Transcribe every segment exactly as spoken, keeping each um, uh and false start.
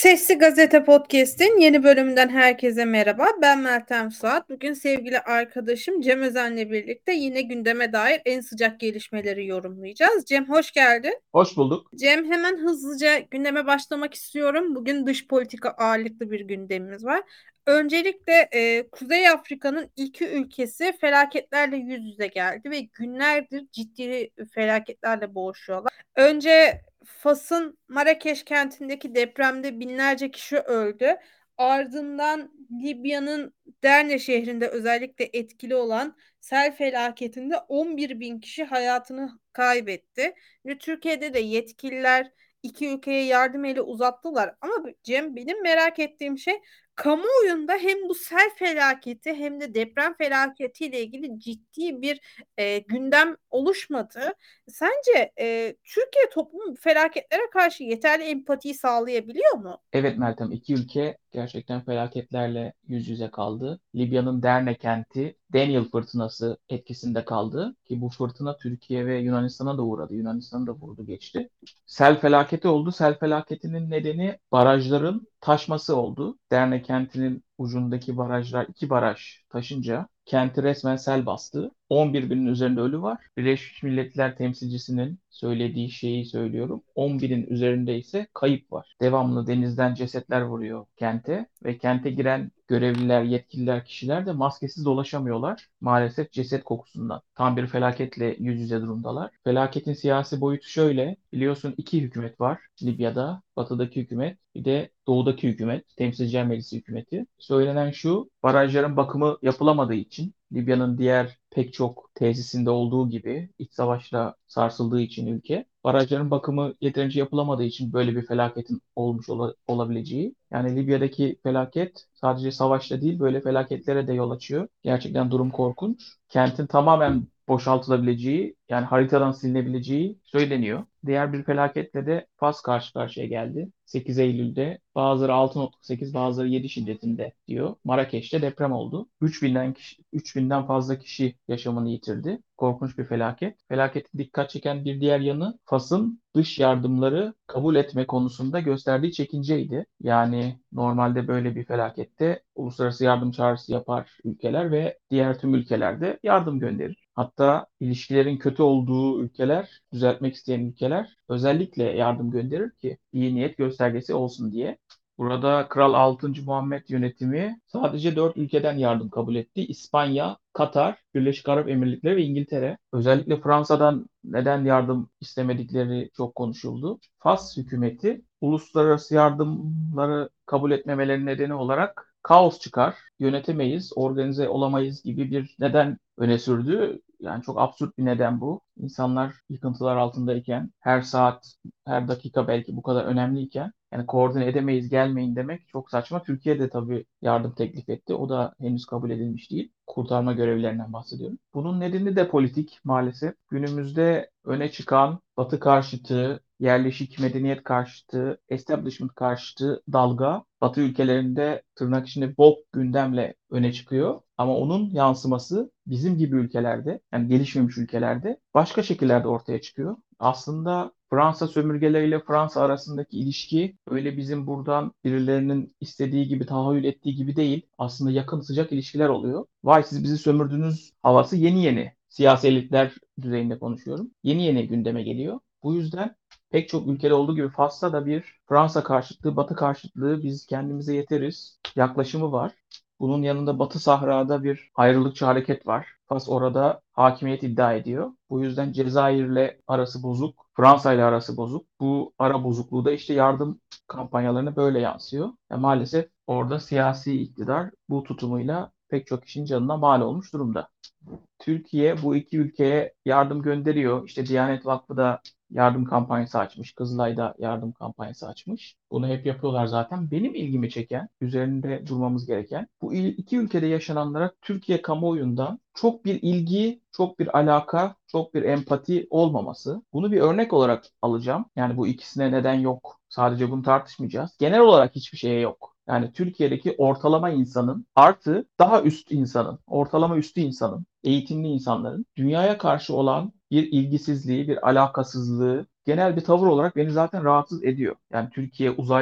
Sesli Gazete Podcast'in yeni bölümünden herkese merhaba. Ben Meltem Suat. Bugün sevgili arkadaşım Cem Özen'le birlikte yine gündeme dair en sıcak gelişmeleri yorumlayacağız. Cem hoş geldin. Hoş bulduk. Cem hemen hızlıca gündeme başlamak istiyorum. Bugün dış politika ağırlıklı bir gündemimiz var. Öncelikle e, Kuzey Afrika'nın iki ülkesi felaketlerle yüz yüze geldi ve günlerdir ciddi felaketlerle boğuşuyorlar. Önce Fas'ın Marrakeş kentindeki depremde binlerce kişi öldü. Ardından Libya'nın Derna şehrinde özellikle etkili olan sel felaketinde on bir bin kişi hayatını kaybetti. Ve Türkiye'de de yetkililer iki ülkeye yardım eli uzattılar. Ama Cem benim merak ettiğim şey kamuoyunda hem bu sel felaketi hem de deprem felaketiyle ilgili ciddi bir e, gündem oluşmadı. Sence e, Türkiye toplumu felaketlere karşı yeterli empatiyi sağlayabiliyor mu? Evet Meltem, iki ülke gerçekten felaketlerle yüz yüze kaldı. Libya'nın Derna kenti Daniel fırtınası etkisinde kaldı ki bu fırtına Türkiye ve Yunanistan'a da uğradı. Yunanistan'ı da vurdu geçti. Sel felaketi oldu. Sel felaketinin nedeni barajların taşması oldu. Derna kentinin ucundaki barajlar, iki baraj taşınca kenti resmen sel bastı. on bir binin üzerinde ölü var. Birleşmiş Milletler temsilcisinin söylediği şeyi söylüyorum. on binin üzerinde ise kayıp var. Devamlı denizden cesetler vuruyor kente ve kente giren görevliler, yetkililer, kişiler de maskesiz dolaşamıyorlar. Maalesef ceset kokusundan. Tam bir felaketle yüz yüze durumdalar. Felaketin siyasi boyutu şöyle. Biliyorsun iki hükümet var Libya'da. Batıdaki hükümet, bir de doğudaki hükümet, Temsilciler Meclisi hükümeti. Söylenen şu, barajların bakımı yapılamadığı için Libya'nın diğer pek çok tesisinde olduğu gibi iç savaşla sarsıldığı için ülke, barajların bakımı yeterince yapılamadığı için böyle bir felaketin olmuş ola- olabileceği. Yani Libya'daki felaket sadece savaşla değil böyle felaketlere de yol açıyor. Gerçekten durum korkunç. Kentin tamamen boşaltılabileceği, yani haritadan silinebileceği söyleniyor. Diğer bir felaketle de Fas karşı karşıya geldi. sekiz Eylül'de bazıları altı nokta sekiz, bazıları yedi şiddetinde diyor. Marrakeş'te deprem oldu. üç binden kişi, üç binden fazla kişi yaşamını yitirdi. Korkunç bir felaket. Felaketin dikkat çeken bir diğer yanı Fas'ın dış yardımları kabul etme konusunda gösterdiği çekinceydi. Yani normalde böyle bir felakette uluslararası yardım çağrısı yapar ülkeler ve diğer tüm ülkelerde yardım gönderir. Hatta ilişkilerin kötü olduğu ülkeler, düzeltmek isteyen ülkeler özellikle yardım gönderir ki iyi niyet göstergesi olsun diye. Burada Kral altıncı. Muhammed yönetimi sadece dört ülkeden yardım kabul etti. İspanya, Katar, Birleşik Arap Emirlikleri ve İngiltere. Özellikle Fransa'dan neden yardım istemedikleri çok konuşuldu. Fas hükümeti uluslararası yardımları kabul etmemelerinin nedeni olarak kaos çıkar, yönetemeyiz, organize olamayız gibi bir neden öne sürdü. Yani çok absürt bir neden bu. İnsanlar yıkıntılar altındayken, her saat, her dakika belki bu kadar önemliyken, yani koordine edemeyiz, gelmeyin demek çok saçma. Türkiye de tabii yardım teklif etti. O da henüz kabul edilmiş değil. Kurtarma görevlilerinden bahsediyorum. Bunun nedeni de politik maalesef. Günümüzde öne çıkan Batı karşıtı, yerleşik medeniyet karşıtı, establishment karşıtı dalga Batı ülkelerinde tırnak içinde woke gündemle öne çıkıyor. Ama onun yansıması bizim gibi ülkelerde, yani gelişmemiş ülkelerde başka şekillerde ortaya çıkıyor. Aslında Fransa sömürgeleriyle Fransa arasındaki ilişki öyle bizim buradan birilerinin istediği gibi, tahayyül ettiği gibi değil. Aslında yakın sıcak ilişkiler oluyor. Vay siz bizi sömürdünüz havası yeni yeni. Siyasi elitler düzeyinde konuşuyorum. Yeni yeni gündeme geliyor. Bu yüzden pek çok ülkede olduğu gibi Fas'ta da bir Fransa karşıtlığı, Batı karşıtlığı biz kendimize yeteriz yaklaşımı var. Bunun yanında Batı Sahra'da bir ayrılıkçı hareket var. Fas orada hakimiyet iddia ediyor. Bu yüzden Cezayir'le arası bozuk, Fransa ile arası bozuk. Bu ara bozukluğu da işte yardım kampanyalarına böyle yansıyor. Ve maalesef orada siyasi iktidar bu tutumuyla pek çok kişinin canına mal olmuş durumda. Türkiye bu iki ülkeye yardım gönderiyor. İşte Diyanet Vakfı da yardım kampanyası açmış. Kızılay da yardım kampanyası açmış. Bunu hep yapıyorlar zaten. Benim ilgimi çeken, üzerinde durmamız gereken bu iki ülkede yaşananlara Türkiye kamuoyundan çok bir ilgi, çok bir alaka, çok bir empati olmaması. Bunu bir örnek olarak alacağım. Yani bu ikisine neden yok. Sadece bunu tartışmayacağız. Genel olarak hiçbir şeye yok. Yani Türkiye'deki ortalama insanın artı daha üst insanın, ortalama üstü insanın, eğitimli insanların dünyaya karşı olan bir ilgisizliği, bir alakasızlığı, genel bir tavır olarak beni zaten rahatsız ediyor. Yani Türkiye uzayda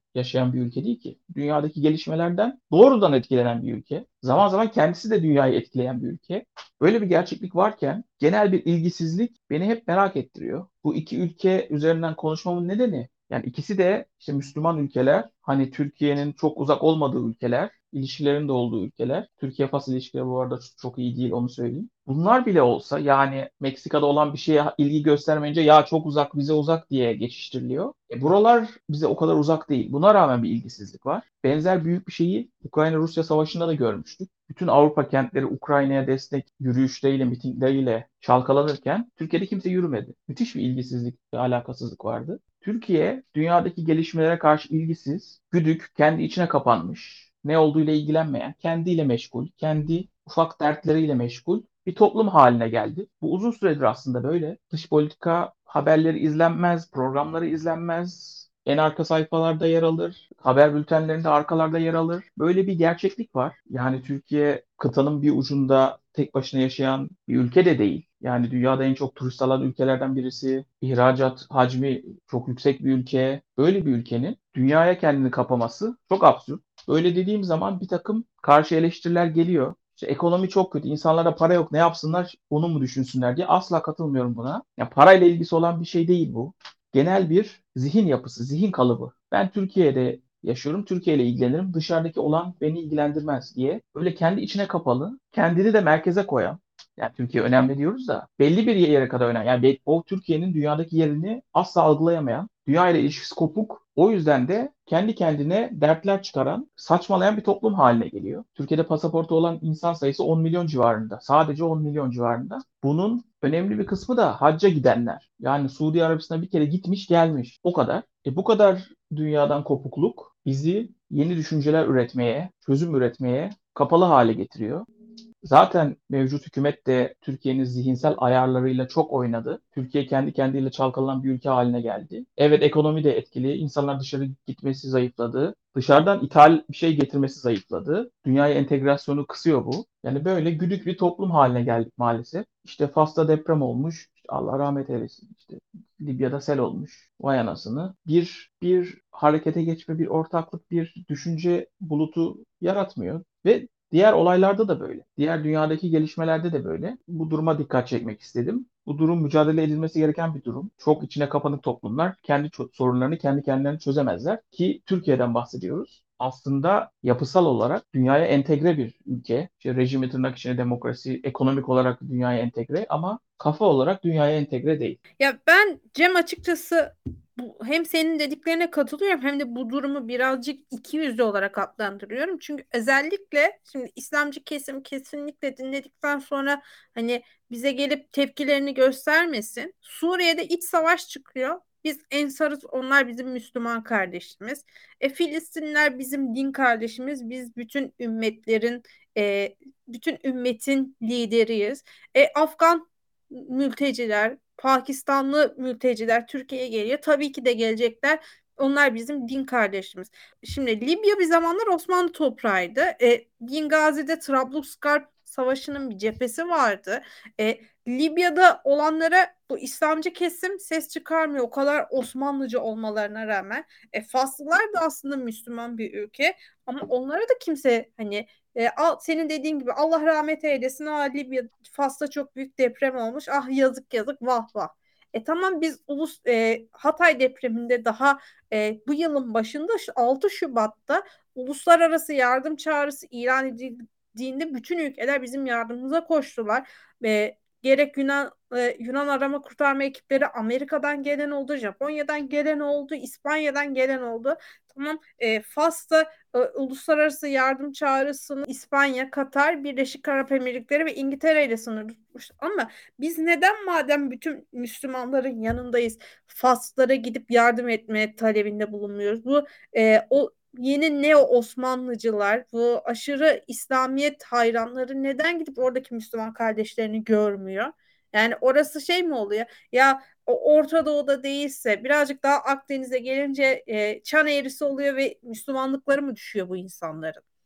yaşayan bir ülke değil ki. Dünyadaki gelişmelerden doğrudan etkilenen bir ülke. Zaman zaman kendisi de dünyayı etkileyen bir ülke. Böyle bir gerçeklik varken genel bir ilgisizlik beni hep merak ettiriyor. Bu iki ülke üzerinden konuşmamın nedeni, yani ikisi de işte Müslüman ülkeler, hani Türkiye'nin çok uzak olmadığı ülkeler, ilişkilerin de olduğu ülkeler. Türkiye-Fas ilişkileri bu arada çok iyi değil, onu söyleyeyim. Bunlar bile olsa, yani Meksika'da olan bir şeye ilgi göstermeyince ya çok uzak, bize uzak diye geçiştiriliyor. E buralar bize o kadar uzak değil. Buna rağmen bir ilgisizlik var. Benzer büyük bir şeyi Ukrayna-Rusya savaşında da görmüştük. Bütün Avrupa kentleri Ukrayna'ya destek yürüyüşleriyle, mitingleriyle çalkalanırken Türkiye'de kimse yürümedi. Müthiş bir ilgisizlik ve alakasızlık vardı. Türkiye dünyadaki gelişmelere karşı ilgisiz, güdük, kendi içine kapanmış, ne olduğuyla ilgilenmeyen, kendiyle meşgul, kendi ufak dertleriyle meşgul bir toplum haline geldi. Bu uzun süredir aslında böyle. Dış politika haberleri izlenmez, programları izlenmez, en arka sayfalarda yer alır, haber bültenlerinde arkalarda yer alır. Böyle bir gerçeklik var. Yani Türkiye kıtanın bir ucunda tek başına yaşayan bir ülke de değil. Yani dünyada en çok turist alan ülkelerden birisi, ihracat hacmi çok yüksek bir ülke. Böyle bir ülkenin dünyaya kendini kapaması çok absürt. Böyle dediğim zaman bir takım karşı eleştiriler geliyor. İşte ekonomi çok kötü, insanlara para yok, ne yapsınlar, onu mu düşünsünler diye asla katılmıyorum buna. Ya parayla ilgisi olan bir şey değil bu. Genel bir zihin yapısı, zihin kalıbı. Ben Türkiye'de yaşıyorum, Türkiye ile ilgilenirim, dışarıdaki olan beni ilgilendirmez diye. Öyle kendi içine kapalı, kendini de merkeze koyan, yani Türkiye önemli diyoruz da belli bir yere kadar önemli. Yani o Türkiye'nin dünyadaki yerini asla algılayamayan, dünya ile ilişkisi kopuk, o yüzden de kendi kendine dertler çıkaran, saçmalayan bir toplum haline geliyor. Türkiye'de pasaportu olan insan sayısı on milyon civarında. Sadece on milyon civarında. Bunun önemli bir kısmı da hacca gidenler. Yani Suudi Arabistan'a bir kere gitmiş gelmiş. O kadar. E bu kadar dünyadan kopukluk bizi yeni düşünceler üretmeye, çözüm üretmeye kapalı hale getiriyor. Zaten mevcut hükümet de Türkiye'nin zihinsel ayarlarıyla çok oynadı. Türkiye kendi kendiyle çalkalanan bir ülke haline geldi. Evet, ekonomi de etkili. İnsanlar dışarı gitmesi zayıfladı. Dışarıdan ithal bir şey getirmesi zayıfladı. Dünyaya entegrasyonu kısıyor bu. Yani böyle güdük bir toplum haline geldik maalesef. İşte Fas'ta deprem olmuş. İşte Allah rahmet eylesin. İşte Libya'da sel olmuş. Vay anasını. Bir, bir harekete geçme, bir ortaklık, bir düşünce bulutu yaratmıyor. Ve diğer olaylarda da böyle. Diğer dünyadaki gelişmelerde de böyle. Bu duruma dikkat çekmek istedim. Bu durum mücadele edilmesi gereken bir durum. Çok içine kapanık toplumlar kendi ço- sorunlarını kendi kendilerine çözemezler. Ki Türkiye'den bahsediyoruz. Aslında yapısal olarak dünyaya entegre bir ülke. İşte rejimi tırnak içinde demokrasi, ekonomik olarak dünyaya entegre ama kafa olarak dünyaya entegre değil. Ya ben Cem açıkçası bu, hem senin dediklerine katılıyorum hem de bu durumu birazcık ikiyüzlü olarak adlandırıyorum. Çünkü özellikle şimdi İslamcı kesim kesinlikle dinledikten sonra hani bize gelip tepkilerini göstermesin. Suriye'de iç savaş çıkıyor. Biz Ensarız, onlar bizim Müslüman kardeşimiz. E, Filistinler bizim din kardeşimiz. Biz bütün ümmetlerin, e, bütün ümmetin lideriyiz. E, Afgan mülteciler, Pakistanlı mülteciler Türkiye'ye geliyor. Tabii ki de gelecekler. Onlar bizim din kardeşimiz. Şimdi Libya bir zamanlar Osmanlı toprağıydı. E, Bingazi'de Trablusgarp Savaşı'nın bir cephesi vardı. E, Libya'da olanlara bu İslamcı kesim ses çıkarmıyor. O kadar Osmanlıcı olmalarına rağmen. E, Faslılar da aslında Müslüman bir ülke. Ama onlara da kimse hani e, al, senin dediğin gibi Allah rahmet eylesin. Aa, Libya, Fas'ta çok büyük deprem olmuş. Ah yazık yazık vah vah. E tamam, biz ulus e, Hatay depreminde daha e, bu yılın başında altı Şubat'ta uluslararası yardım çağrısı ilan edildiğinde bütün ülkeler bizim yardımımıza koştular. Ve gerek Yunan e, Yunan arama kurtarma ekipleri Amerika'dan gelen oldu, Japonya'dan gelen oldu, İspanya'dan gelen oldu. Tamam, e, Fas'ta e, uluslararası yardım çağrısını İspanya, Katar, Birleşik Arap Emirlikleri ve İngiltere ile sınırlı tutmuş. Ama biz neden, madem bütün Müslümanların yanındayız, Faslara gidip yardım etme talebinde bulunmuyoruz? Bu e, o yeni neo Osmanlıcılar, bu aşırı İslamiyet hayranları neden gidip oradaki Müslüman kardeşlerini görmüyor? Yani orası şey mi oluyor? Ya o Orta Doğu'da değilse birazcık daha Akdeniz'e gelince e, çan eğrisi oluyor ve Müslümanlıkları mı düşüyor bu insanların?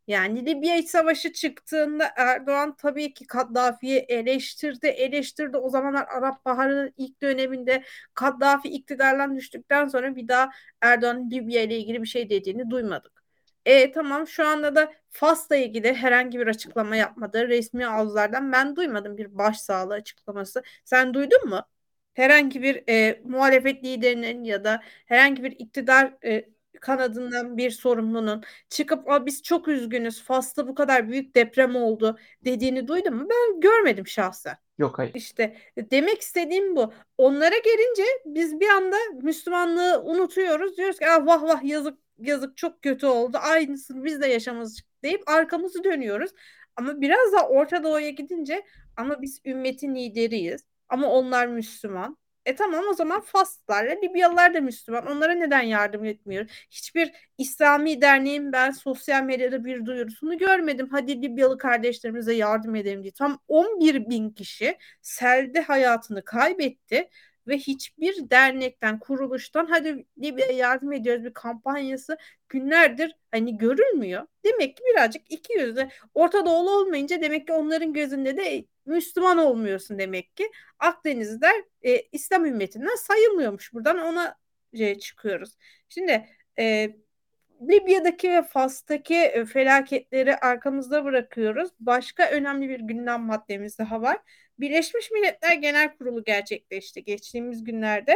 Yani Libya İç Savaşı çıktığında Erdoğan tabii ki Kaddafi'yi eleştirdi, eleştirdi. O zamanlar Arap Baharı'nın ilk döneminde Kaddafi iktidardan düştükten sonra bir daha Erdoğan'ın Libya ile ilgili bir şey dediğini duymadık. E tamam, şu anda da Fas'la ilgili herhangi bir açıklama yapmadı. Resmi ağızlardan ben duymadım bir başsağlığı açıklaması. Sen duydun mu? Herhangi bir e, muhalefet liderinin ya da herhangi bir iktidar e, kanadından bir sorumlunun çıkıp "Aa, biz çok üzgünüz, Fas'ta bu kadar büyük deprem oldu" dediğini duydun mu? Ben görmedim şahsen. Yok, hayır. İşte demek istediğim bu. Onlara gelince biz bir anda Müslümanlığı unutuyoruz. Diyoruz ki ah, vah vah, yazık yazık, çok kötü oldu. Aynısını biz de yaşamız deyip arkamızı dönüyoruz. Ama biraz da Orta Doğu'ya gidince ama biz ümmetin lideriyiz. Ama onlar Müslüman. E tamam, o zaman Faslılarla Libyalılar da Müslüman. Onlara neden yardım etmiyoruz? Hiçbir İslami derneğin ben sosyal medyada bir duyurusunu görmedim. Hadi Libyalı kardeşlerimize yardım edelim diye. Tam on bir bin kişi selde hayatını kaybetti ve hiçbir dernekten, kuruluştan hadi Libya'ya yardım ediyoruz bir kampanyası günlerdir hani görülmüyor. Demek ki birazcık iki yüzlü. Orta Doğulu olmayınca demek ki onların gözünde de Müslüman olmuyorsun demek ki. Akdenizler e, İslam ümmetinden sayılmıyormuş. Buradan ona e, çıkıyoruz. Şimdi e, Libya'daki ve Fas'taki e, felaketleri arkamızda bırakıyoruz. Başka önemli bir gündem maddemiz daha var. Birleşmiş Milletler Genel Kurulu gerçekleşti geçtiğimiz günlerde.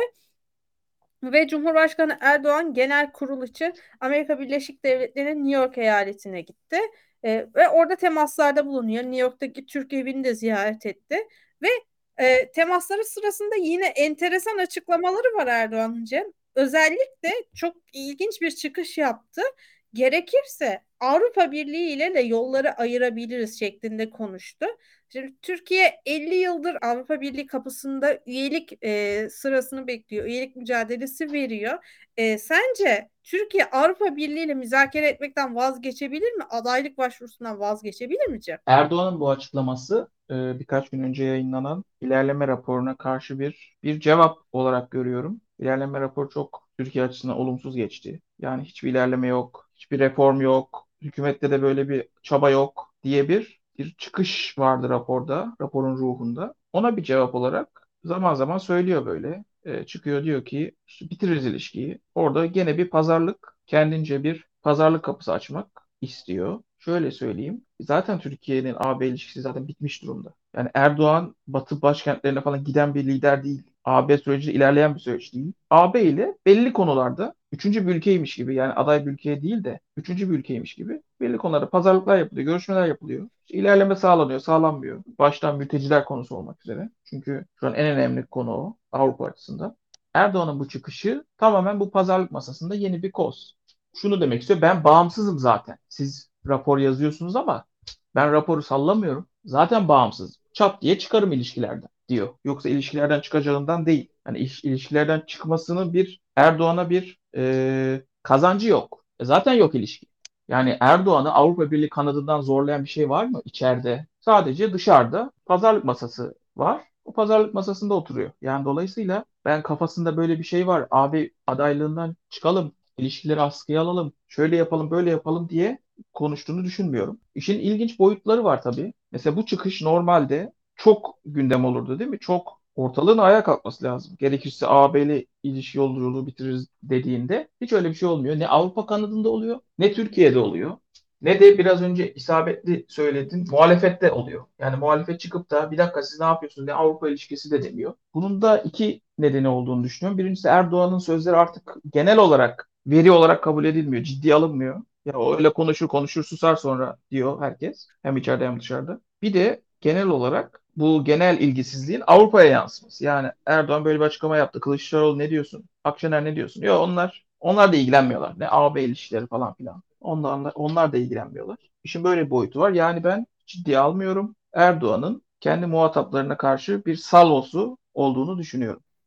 Ve Cumhurbaşkanı Erdoğan genel kurul için Amerika Birleşik Devletleri'nin New York eyaletine gitti. E, ve orada temaslarda bulunuyor. New York'taki Türk evini de ziyaret etti. Ve e, temasları sırasında yine enteresan açıklamaları var Erdoğan'ın Cem. Özellikle çok ilginç bir çıkış yaptı. Gerekirse Avrupa Birliği ile de yolları ayırabiliriz şeklinde konuştu. Şimdi Türkiye elli yıldır Avrupa Birliği kapısında üyelik e, sırasını bekliyor. Üyelik mücadelesi veriyor. E, sence Türkiye Avrupa Birliği ile müzakere etmekten vazgeçebilir mi? Adaylık başvurusundan vazgeçebilir mi Cem? Erdoğan'ın bu açıklaması e, birkaç gün önce yayınlanan ilerleme raporuna karşı bir bir cevap olarak görüyorum. İlerleme raporu çok Türkiye açısından olumsuz geçti. Yani hiçbir ilerleme yok, hiçbir reform yok, hükümette de böyle bir çaba yok diye bir bir çıkış vardı raporda, raporun ruhunda. Ona bir cevap olarak zaman zaman söylüyor böyle. E, çıkıyor diyor ki işte bitiririz ilişkiyi. Orada gene bir pazarlık, kendince bir pazarlık kapısı açmak istiyor. Şöyle söyleyeyim. Zaten Türkiye'nin A B ilişkisi zaten bitmiş durumda. Yani Erdoğan Batı başkentlerine falan giden bir lider değil. A B süreci ilerleyen bir süreç değil. A B ile belli konularda üçüncü bir ülkeymiş gibi, yani aday bir ülke değil de üçüncü bir ülkeymiş gibi belli konularda pazarlıklar yapılıyor, görüşmeler yapılıyor. İşte ilerleme sağlanıyor, sağlanmıyor. Baştan mülteciler konusu olmak üzere. Çünkü şu an en önemli konu o Avrupa açısından. Erdoğan'ın bu çıkışı tamamen bu pazarlık masasında yeni bir koz. Şunu demek istiyor. Ben bağımsızım zaten. Siz rapor yazıyorsunuz ama ben raporu sallamıyorum. Zaten bağımsız. Çat diye çıkarım ilişkilerden diyor. Yoksa ilişkilerden çıkacağından değil. Hani iş, ilişkilerden çıkmasının bir Erdoğan'a bir e, kazancı yok. E zaten yok ilişki. Yani Erdoğan'ı Avrupa Birliği kanadından zorlayan bir şey var mı içeride? Sadece dışarıda pazarlık masası var. O pazarlık masasında oturuyor. Yani dolayısıyla ben kafasında böyle bir şey var. Abi adaylığından çıkalım, ilişkileri askıya alalım, şöyle yapalım, böyle yapalım diye konuştuğunu düşünmüyorum. İşin ilginç boyutları var tabii. Mesela bu çıkış normalde çok gündem olurdu değil mi? Çok ortalığın ayağa kalkması lazım. Gerekirse A B ile ilişki yolculuğu bitiririz dediğinde hiç öyle bir şey olmuyor. Ne Avrupa kanadında oluyor, ne Türkiye'de oluyor. Ne de biraz önce isabetli söyledin, muhalefette oluyor. Yani muhalefet çıkıp da bir dakika siz ne yapıyorsunuz, ne Avrupa ilişkisi de demiyor. Bunun da iki nedeni olduğunu düşünüyorum. Birincisi Erdoğan'ın sözleri artık genel olarak veri olarak kabul edilmiyor, ciddiye alınmıyor. Ya o öyle konuşur konuşur susar sonra diyor herkes. Hem içeride hem dışarıda. Bir de genel olarak bu genel ilgisizliğin Avrupa'ya yansıması. Yani Erdoğan böyle bir açıklama yaptı. Kılıçdaroğlu ne diyorsun? Akşener ne diyorsun? Yok, onlar onlar da ilgilenmiyorlar. Ne A B ilişkileri falan filan. Onlar, onlar da ilgilenmiyorlar. İşin böyle bir boyutu var. Yani ben ciddiye almıyorum. Erdoğan'ın kendi muhataplarına karşı bir salvosu olduğunu düşünüyorum.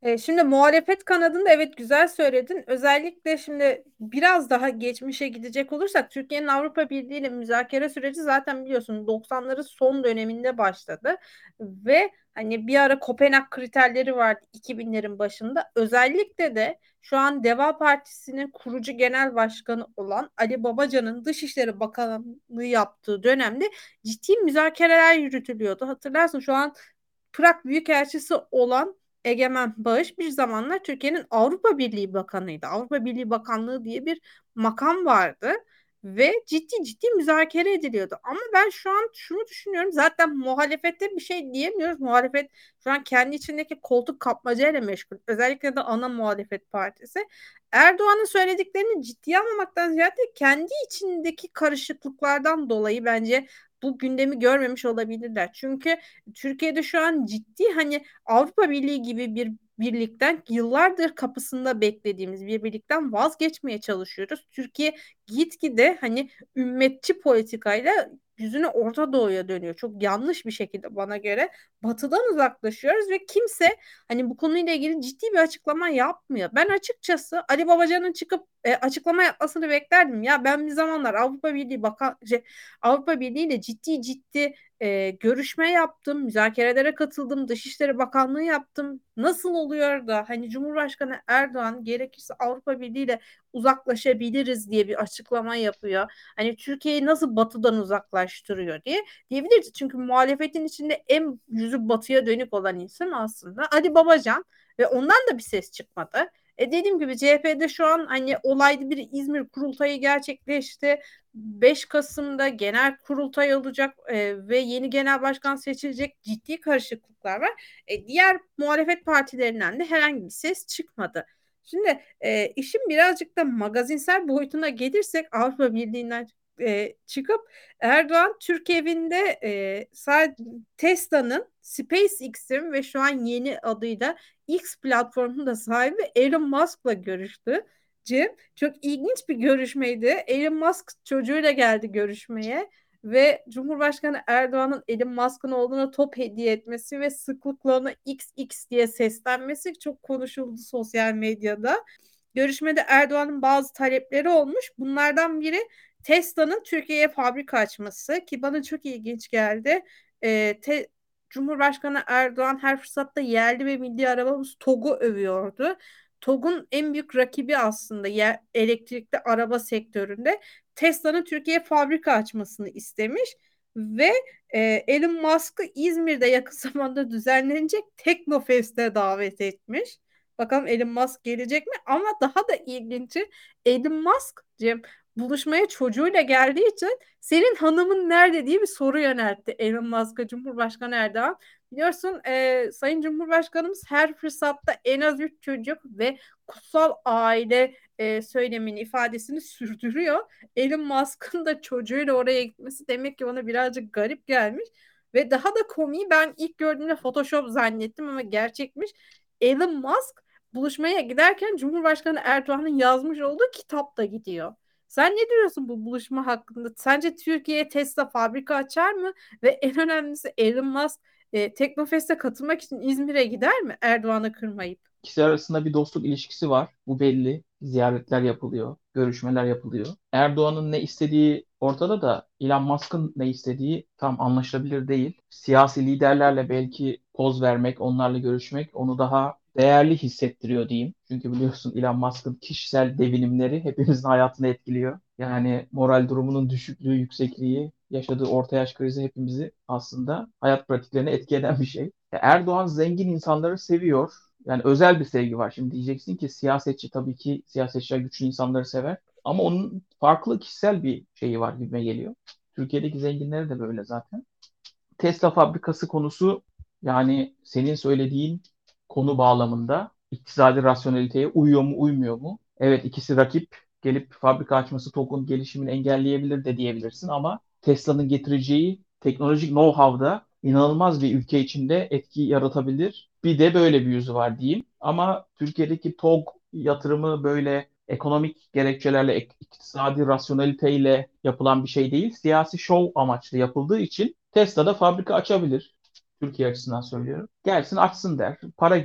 E, şimdi muhalefet kanadında evet güzel söyledin. Özellikle şimdi biraz daha geçmişe gidecek olursak Türkiye'nin Avrupa Birliği ile müzakere süreci zaten biliyorsun doksanların son döneminde başladı. Ve hani bir ara Kopenhag kriterleri vardı iki binlerin başında. Özellikle de şu an Deva Partisi'nin kurucu genel başkanı olan Ali Babacan'ın Dışişleri Bakanlığı yaptığı dönemde ciddi müzakereler yürütülüyordu. Hatırlarsın şu an Prag Büyükelçisi olan Egemen Bağış bir zamanlar Türkiye'nin Avrupa Birliği Bakanıydı. Avrupa Birliği Bakanlığı diye bir makam vardı ve ciddi ciddi müzakere ediliyordu. Ama ben şu an şunu düşünüyorum. Zaten muhalefette bir şey diyemiyoruz. Muhalefet şu an kendi içindeki koltuk kapmacayla meşgul. Özellikle de ana muhalefet partisi. Erdoğan'ın söylediklerini ciddiye almamaktan ziyade kendi içindeki karışıklıklardan dolayı bence bu gündemi görmemiş olabilirler. Çünkü Türkiye'de şu an ciddi hani Avrupa Birliği gibi bir birlikten yıllardır kapısında beklediğimiz bir birlikten vazgeçmeye çalışıyoruz. Türkiye gitgide hani ümmetçi politikayla yüzünü Orta Doğu'ya dönüyor. Çok yanlış bir şekilde bana göre Batı'dan uzaklaşıyoruz ve kimse hani bu konuyla ilgili ciddi bir açıklama yapmıyor. Ben açıkçası Ali Babacan'ın çıkıp e, açıklama yapmasını beklerdim. Ya ben bir zamanlar Avrupa Birliği Bakan şey, Avrupa Birliği ile ciddi ciddi e, görüşme yaptım, müzakerelere katıldım, Dışişleri Bakanlığı yaptım. Nasıl oluyor da hani Cumhurbaşkanı Erdoğan gerekirse Avrupa Birliği ile uzaklaşabiliriz diye bir açıklama yapıyor. Hani Türkiye'yi nasıl batıdan uzaklaştırıyor diye diyebiliriz. Çünkü muhalefetin içinde en yüzü batıya dönük olan insan aslında Ali Babacan ve ondan da bir ses çıkmadı. E dediğim gibi C H P'de şu an hani olaylı bir İzmir kurultayı gerçekleşti. beş Kasım'da genel kurultay olacak e, ve yeni genel başkan seçilecek ciddi karışıklıklar var. E, diğer muhalefet partilerinden de herhangi bir ses çıkmadı. Şimdi e, işin birazcık da magazinsel boyutuna gelirsek Avrupa Birliği'nden e, çıkıp Erdoğan Türk evinde e, sadece Tesla'nın SpaceX'in ve şu an yeni adıyla X platformunun da sahibi Elon Musk'la görüştü. Cem, çok ilginç bir görüşmeydi. Elon Musk çocuğuyla geldi görüşmeye ve Cumhurbaşkanı Erdoğan'ın Elon Musk'ın oğluna top hediye etmesi ve sıklıkla ona X X diye seslenmesi çok konuşuldu sosyal medyada. Görüşmede Erdoğan'ın bazı talepleri olmuş. Bunlardan biri Tesla'nın Türkiye'ye fabrika açması ki bana çok ilginç geldi. Ee, te- Cumhurbaşkanı Erdoğan her fırsatta yerli ve milli arabamız TOG'u övüyordu. TOG'un en büyük rakibi aslında yer, elektrikli araba sektöründe Tesla'nın Türkiye'ye fabrika açmasını istemiş ve e, Elon Musk'ı İzmir'de yakın zamanda düzenlenecek Teknofest'e davet etmiş. Bakalım Elon Musk gelecek mi? Ama daha da ilginci Elon Musk Cem buluşmaya çocuğuyla geldiği için senin hanımın nerede diye bir soru yöneltti Elon Musk'a Cumhurbaşkanı Erdoğan. Biliyorsun e, Sayın Cumhurbaşkanımız her fırsatta en az üç çocuk ve kutsal aile e, söylemini, ifadesini sürdürüyor. Elon Musk'ın da çocuğuyla oraya gitmesi demek ki ona birazcık garip gelmiş. Ve daha da komiği ben ilk gördüğümde Photoshop zannettim ama gerçekmiş. Elon Musk buluşmaya giderken Cumhurbaşkanı Erdoğan'ın yazmış olduğu kitap da gidiyor. Sen ne diyorsun bu buluşma hakkında? Sence Türkiye'ye Tesla fabrika açar mı? Ve en önemlisi Elon Musk e, Teknofest'e katılmak için İzmir'e gider mi Erdoğan'ı kırmayıp? İkisi arasında bir dostluk ilişkisi var. Bu belli. Ziyaretler yapılıyor, görüşmeler yapılıyor. Erdoğan'ın ne istediği ortada da Elon Musk'ın ne istediği tam anlaşılabilir değil. Siyasi liderlerle belki poz vermek, onlarla görüşmek onu daha değerli hissettiriyor diyeyim. Çünkü biliyorsun Elon Musk'ın kişisel devinimleri hepimizin hayatını etkiliyor. Yani moral durumunun düşüklüğü, yüksekliği, yaşadığı orta yaş krizi hepimizi aslında hayat pratiklerine etki eden bir şey. Erdoğan zengin insanları seviyor. Yani özel bir sevgi var. Şimdi diyeceksin ki siyasetçi tabii ki siyasetçiler güçlü insanları sever. Ama onun farklı kişisel bir şeyi var gibime geliyor. Türkiye'deki zenginleri de böyle zaten. Tesla fabrikası konusu yani senin söylediğin konu bağlamında iktisadi rasyoneliteye uyuyor mu uymuyor mu? Evet ikisi rakip gelip fabrika açması TOG'un gelişimini engelleyebilir de diyebilirsin ama Tesla'nın getireceği teknolojik know-how'da inanılmaz bir ülke içinde etki yaratabilir. Bir de böyle bir yüzü var diyeyim. Ama Türkiye'deki TOG yatırımı böyle ekonomik gerekçelerle, iktisadi rasyoneliteyle yapılan bir şey değil. Siyasi şov amaçlı yapıldığı için Tesla'da fabrika açabilir. Türkiye açısından söylüyorum. Gelsin açsın der. Para girer.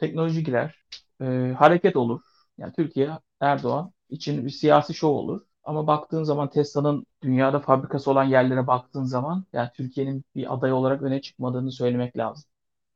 teknoloji girer, e, hareket olur. Yani Türkiye Erdoğan için bir siyasi şov olur. Ama baktığın zaman Tesla'nın dünyada fabrikası olan yerlere baktığın zaman yani Türkiye'nin bir aday olarak öne çıkmadığını söylemek lazım.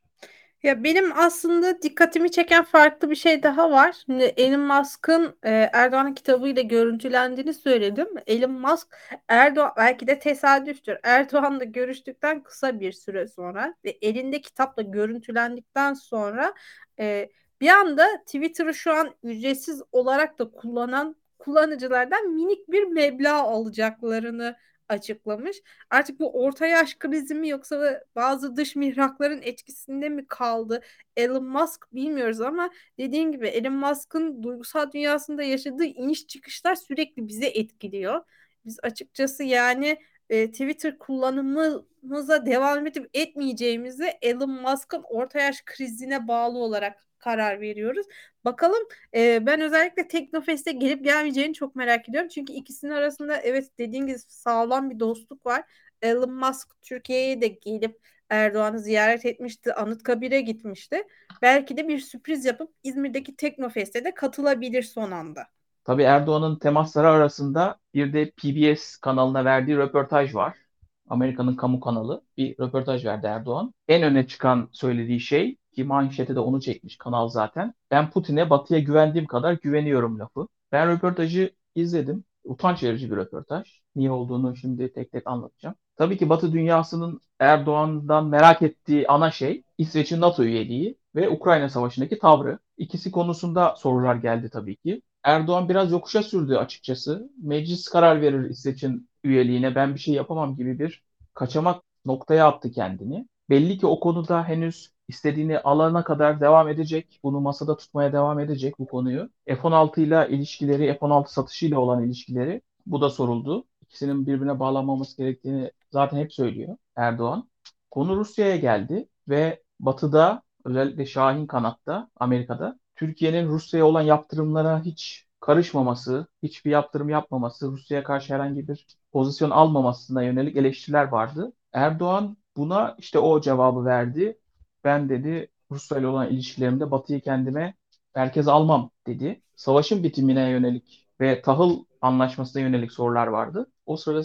Ya benim aslında dikkatimi çeken farklı bir şey daha var. Şimdi Elon Musk'ın e, Erdoğan'ın kitabıyla görüntülendiğini söyledim. Elon Musk Erdoğan belki de tesadüftür. Erdoğan'la görüştükten kısa bir süre sonra ve elinde kitapla görüntülendikten sonra e, bir anda Twitter'ı şu an ücretsiz olarak da kullanan kullanıcılardan minik bir meblağ alacaklarını açıklamış. Artık bu orta yaş krizi mi yoksa bazı dış mihrakların etkisinde mi kaldı? Elon Musk bilmiyoruz ama dediğin gibi Elon Musk'ın duygusal dünyasında yaşadığı iniş çıkışlar sürekli bize etkiliyor. Biz açıkçası yani e, Twitter kullanımımıza devam edip etmeyeceğimizi Elon Musk'ın orta yaş krizine bağlı olarak karar veriyoruz. Bakalım, e, ben özellikle Teknofest'e gelip gelmeyeceğini çok merak ediyorum. Çünkü ikisinin arasında evet dediğin gibi sağlam bir dostluk var. Elon Musk Türkiye'ye de gelip Erdoğan'ı ziyaret etmişti. Anıtkabir'e gitmişti. Belki de bir sürpriz yapıp İzmir'deki Teknofest'e de katılabilir son anda. Tabii Erdoğan'ın temasları arasında bir de P B S kanalına verdiği röportaj var. Amerika'nın kamu kanalı bir röportaj verdi Erdoğan. En öne çıkan söylediği şey ki manşete de onu çekmiş kanal zaten. Ben Putin'e Batı'ya güvendiğim kadar güveniyorum lafı. Ben röportajı izledim. Utanç verici bir röportaj. Niye olduğunu şimdi tek tek anlatacağım. Tabii ki Batı dünyasının Erdoğan'dan merak ettiği ana şey İsveç'in NATO üyeliği ve Ukrayna Savaşı'ndaki tavrı. İkisi konusunda sorular geldi tabii ki. Erdoğan biraz yokuşa sürdü açıkçası. Meclis karar verir İsveç'in üyeliğine ben bir şey yapamam gibi bir kaçamak noktaya attı kendini. Belli ki o konuda henüz istediğini alana kadar devam edecek. Bunu masada tutmaya devam edecek bu konuyu. F on altı ile ilişkileri, F on altı satışıyla olan ilişkileri bu da soruldu. İkisinin birbirine bağlanmaması gerektiğini zaten hep söylüyor Erdoğan. Konu Rusya'ya geldi ve Batı'da özellikle Şahin kanatta Amerika'da Türkiye'nin Rusya'ya olan yaptırımlara hiç karışmaması, hiçbir yaptırım yapmaması, Rusya'ya karşı herhangi bir pozisyon almamasına yönelik eleştiriler vardı. Erdoğan buna işte o cevabı verdi. Ben dedi Rusya ile olan ilişkilerimde Batı'yı kendime merkeze almam dedi. Savaşın bitimine yönelik ve tahıl anlaşmasına yönelik sorular vardı. O sırada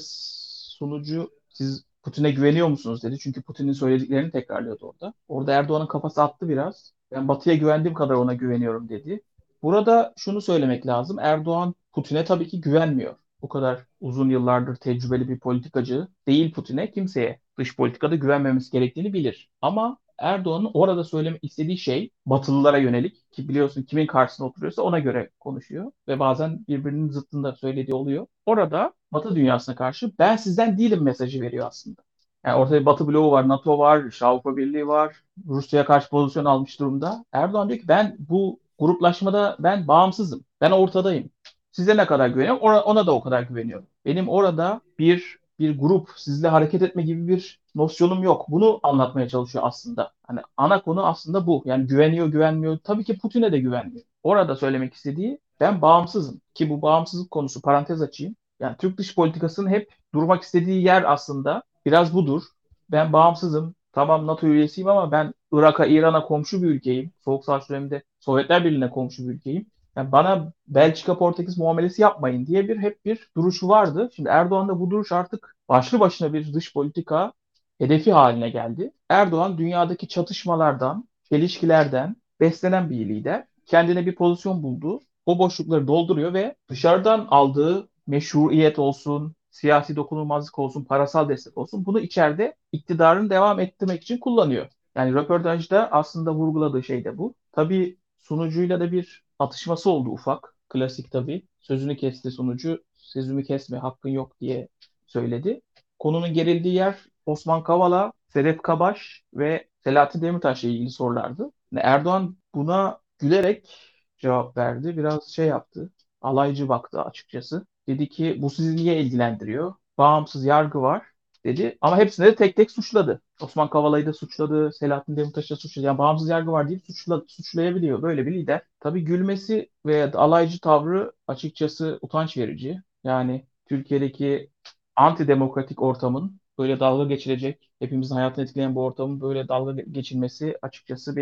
sunucu siz Putin'e güveniyor musunuz dedi. Çünkü Putin'in söylediklerini tekrarlıyordu orada. Orada Erdoğan'ın kafası attı biraz. Ben Batı'ya güvendiğim kadar ona güveniyorum dedi. Burada şunu söylemek lazım. Erdoğan Putin'e tabii ki güvenmiyor. Bu kadar uzun yıllardır tecrübeli bir politikacı değil Putin'e kimseye dış politikada güvenmemesi gerektiğini bilir. Ama Erdoğan'ın orada söylemek istediği şey Batılılara yönelik ki biliyorsun kimin karşısında oturuyorsa ona göre konuşuyor ve bazen birbirinin zıttında söylediği oluyor. Orada Batı dünyasına karşı ben sizden değilim mesajı veriyor aslında. Yani ortada bir Batı bloğu var, NATO var, işte Avrupa Birliği var. Rusya'ya karşı pozisyon almış durumda. Erdoğan diyor ki ben bu gruplaşmada ben bağımsızım. Ben ortadayım. Size ne kadar güveniyorum? Ona, ona da o kadar güveniyorum. Benim orada bir bir grup sizle hareket etme gibi bir nosyonum yok. Bunu anlatmaya çalışıyor aslında. Hani ana konu aslında bu. Yani güveniyor, güvenmiyor. Tabii ki Putin'e de güvenmiyor. Orada söylemek istediği ben bağımsızım. Ki bu bağımsızlık konusu parantez açayım. Yani Türk dış politikasının hep durmak istediği yer aslında biraz budur. Ben bağımsızım. Tamam NATO üyesiyim ama ben Irak'a, İran'a komşu bir ülkeyim. Soğuk Savaş döneminde Sovyetler Birliği'ne komşu bir ülkeyim. Yani bana Belçika, Portekiz muamelesi yapmayın diye bir hep bir duruşu vardı. Şimdi Erdoğan da bu duruş artık başlı başına bir dış politika hedefi haline geldi. Erdoğan dünyadaki çatışmalardan, çelişkilerden beslenen bir lider. Kendine bir pozisyon buldu. O boşlukları dolduruyor ve dışarıdan aldığı meşruiyet olsun, siyasi dokunulmazlık olsun, parasal destek olsun bunu içeride iktidarını devam ettirmek için kullanıyor. Yani röportajda aslında vurguladığı şey de bu. Tabii sunucuyla da bir atışması oldu ufak. Klasik tabii. Sözünü kesti sunucu. Sözümü kesme hakkın yok diye söyledi. Konunun gerildiği yer Osman Kavala, Sedef Kabaş ve Selahattin Demirtaş'la ilgili sorulardı. Yani Erdoğan buna gülerek cevap verdi. Biraz şey yaptı. Alaycı baktı açıkçası. Dedi ki bu sizi niye ilgilendiriyor? Bağımsız yargı var dedi. Ama hepsini de tek tek suçladı. Osman Kavala'yı da suçladı. Selahattin Demirtaş'ı da suçladı. Yani bağımsız yargı var deyip suçla, suçlayabiliyor. Böyle bir lider. Tabii gülmesi ve alaycı tavrı açıkçası utanç verici. Yani Türkiye'deki antidemokratik ortamın böyle dalga geçilecek, hepimizin hayatını etkileyen bu ortamın böyle dalga geçilmesi açıkçası beni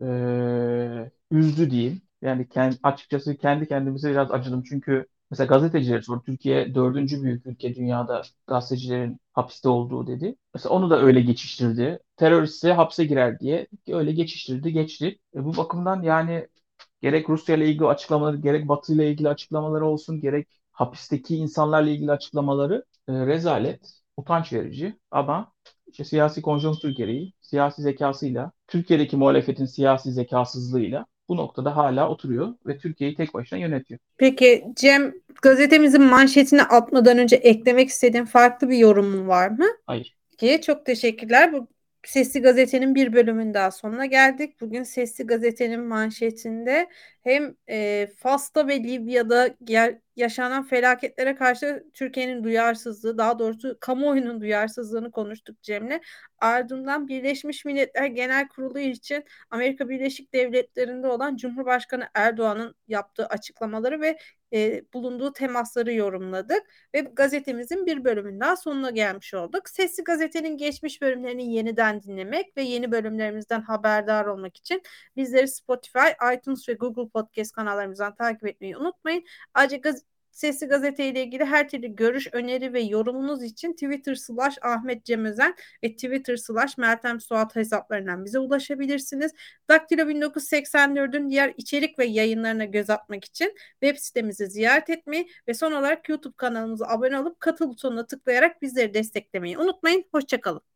e, üzdü diyeyim. Yani kend, açıkçası kendi kendimize biraz acıdım. Çünkü mesela gazetecileri sor. Türkiye dördüncü büyük ülke dünyada gazetecilerin hapiste olduğu dedi. Mesela onu da öyle geçiştirdi. Teröristse hapse girer diye öyle geçiştirdi, geçti. E, bu bakımdan yani gerek Rusya ile ilgili açıklamaları, gerek Batı ile ilgili açıklamaları olsun, gerek hapisteki insanlarla ilgili açıklamaları e, rezalet, utanç verici. Ama işte siyasi konjonktür gereği, siyasi zekasıyla, Türkiye'deki muhalefetin siyasi zekasızlığıyla bu noktada hala oturuyor ve Türkiye'yi tek başına yönetiyor. Peki Cem, gazetemizin manşetini atmadan önce eklemek istediğin farklı bir yorumun var mı? Hayır. Ki çok teşekkürler. Bu Sesli Gazete'nin bir bölümün daha sonuna geldik. Bugün Sesli Gazete'nin manşetinde hem e, Fas'ta ve Libya'da ger- yaşanan felaketlere karşı Türkiye'nin duyarsızlığı, daha doğrusu kamuoyunun duyarsızlığını konuştuk Cem'le. Ardından Birleşmiş Milletler Genel Kurulu için Amerika Birleşik Devletleri'nde olan Cumhurbaşkanı Erdoğan'ın yaptığı açıklamaları ve e, bulunduğu temasları yorumladık ve gazetemizin bir bölümünün daha sonuna gelmiş olduk. Sesli Gazete'nin geçmiş bölümlerini yeniden dinlemek ve yeni bölümlerimizden haberdar olmak için bizleri Spotify, iTunes ve Google Podcast kanallarımızdan takip etmeyi unutmayın. Ayrıca gaz Sesli Gazete ile ilgili her türlü görüş, öneri ve yorumunuz için Twitter slash Ahmet Cem Özen ve Twitter slash Meltem Suat hesaplarından bize ulaşabilirsiniz. Daktilo bin dokuz yüz seksen dördün diğer içerik ve yayınlarına göz atmak için web sitemizi ziyaret etmeyi ve son olarak YouTube kanalımıza abone olup katıl butonuna tıklayarak bizleri desteklemeyi unutmayın. Hoşçakalın.